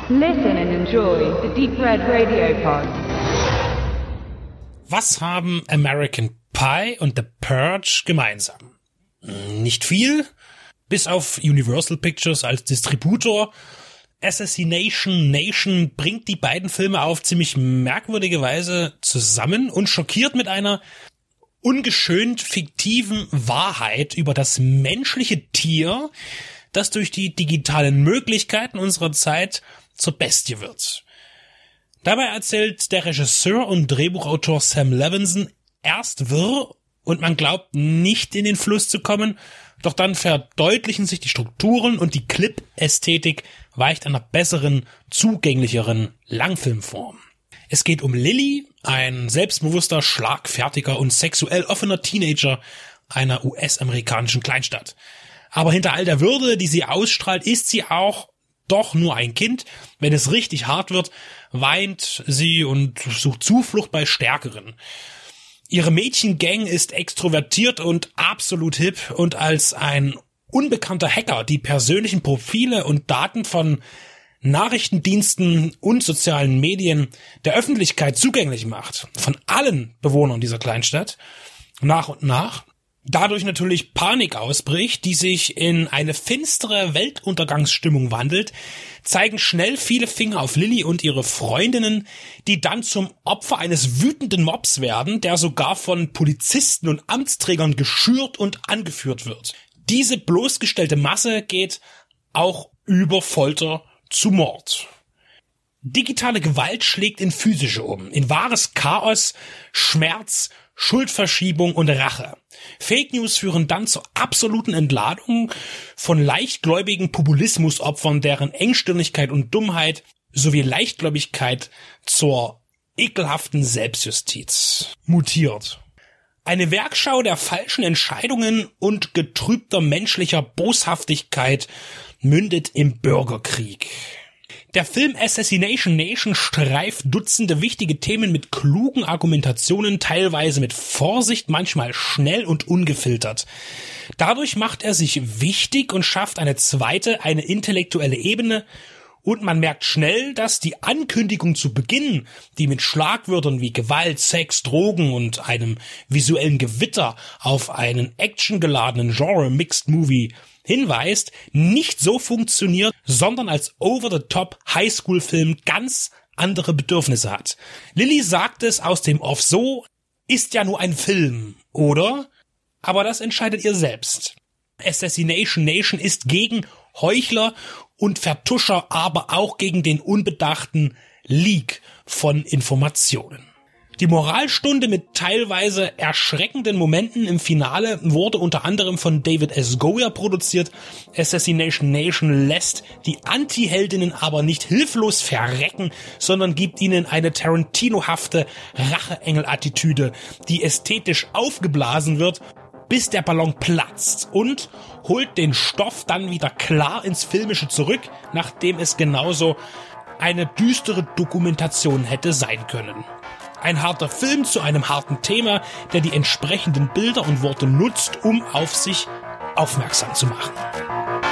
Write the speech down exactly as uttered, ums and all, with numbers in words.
Listen and enjoy the Deep Red Radio Pod. Was haben American Pie und The Purge gemeinsam? Nicht viel, bis auf Universal Pictures als Distributor. Assassination Nation bringt die beiden Filme auf ziemlich merkwürdige Weise zusammen und schockiert mit einer ungeschönt fiktiven Wahrheit über das menschliche Tier, das durch die digitalen Möglichkeiten unserer Zeit zur Bestie wird. Dabei erzählt der Regisseur und Drehbuchautor Sam Levinson erst wirr und man glaubt nicht in den Fluss zu kommen, doch dann verdeutlichen sich die Strukturen und die Clip-Ästhetik weicht einer besseren, zugänglicheren Langfilmform. Es geht um Lily, ein selbstbewusster, schlagfertiger und sexuell offener Teenager einer U S-amerikanischen Kleinstadt. Aber hinter all der Würde, die sie ausstrahlt, ist sie auch doch nur ein Kind. Wenn es richtig hart wird, weint sie und sucht Zuflucht bei Stärkeren. Ihre Mädchengang ist extrovertiert und absolut hip und als ein unbekannter Hacker die persönlichen Profile und Daten von Nachrichtendiensten und sozialen Medien der Öffentlichkeit zugänglich macht, von allen Bewohnern dieser Kleinstadt, nach und nach, dadurch natürlich Panik ausbricht, die sich in eine finstere Weltuntergangsstimmung wandelt, zeigen schnell viele Finger auf Lily und ihre Freundinnen, die dann zum Opfer eines wütenden Mobs werden, der sogar von Polizisten und Amtsträgern geschürt und angeführt wird. Diese bloßgestellte Masse geht auch über Folter zu Mord. Digitale Gewalt schlägt in physische um, in wahres Chaos, Schmerz, Schuldverschiebung und Rache. Fake News führen dann zur absoluten Entladung von leichtgläubigen Populismusopfern, deren Engstirnigkeit und Dummheit sowie Leichtgläubigkeit zur ekelhaften Selbstjustiz mutiert. Eine Werkschau der falschen Entscheidungen und getrübter menschlicher Boshaftigkeit mündet im Bürgerkrieg. Der Film Assassination Nation streift Dutzende wichtige Themen mit klugen Argumentationen, teilweise mit Vorsicht, manchmal schnell und ungefiltert. Dadurch macht er sich wichtig und schafft eine zweite, eine intellektuelle Ebene, und man merkt schnell, dass die Ankündigung zu Beginn, die mit Schlagwörtern wie Gewalt, Sex, Drogen und einem visuellen Gewitter auf einen actiongeladenen Genre-Mixed-Movie hinweist, nicht so funktioniert, sondern als over-the-top Highschool-Film ganz andere Bedürfnisse hat. Lily sagt es aus dem Off so, ist ja nur ein Film, oder? Aber das entscheidet ihr selbst. Assassination Nation ist gegen Heuchler und Vertuscher, aber auch gegen den unbedachten Leak von Informationen. Die Moralstunde mit teilweise erschreckenden Momenten im Finale wurde unter anderem von David S. Goyer produziert. Assassination Nation lässt die Anti-Heldinnen aber nicht hilflos verrecken, sondern gibt ihnen eine Tarantino-hafte Racheengel-Attitüde, die ästhetisch aufgeblasen wird, bis der Ballon platzt, und holt den Stoff dann wieder klar ins Filmische zurück, nachdem es genauso eine düstere Dokumentation hätte sein können. Ein harter Film zu einem harten Thema, der die entsprechenden Bilder und Worte nutzt, um auf sich aufmerksam zu machen.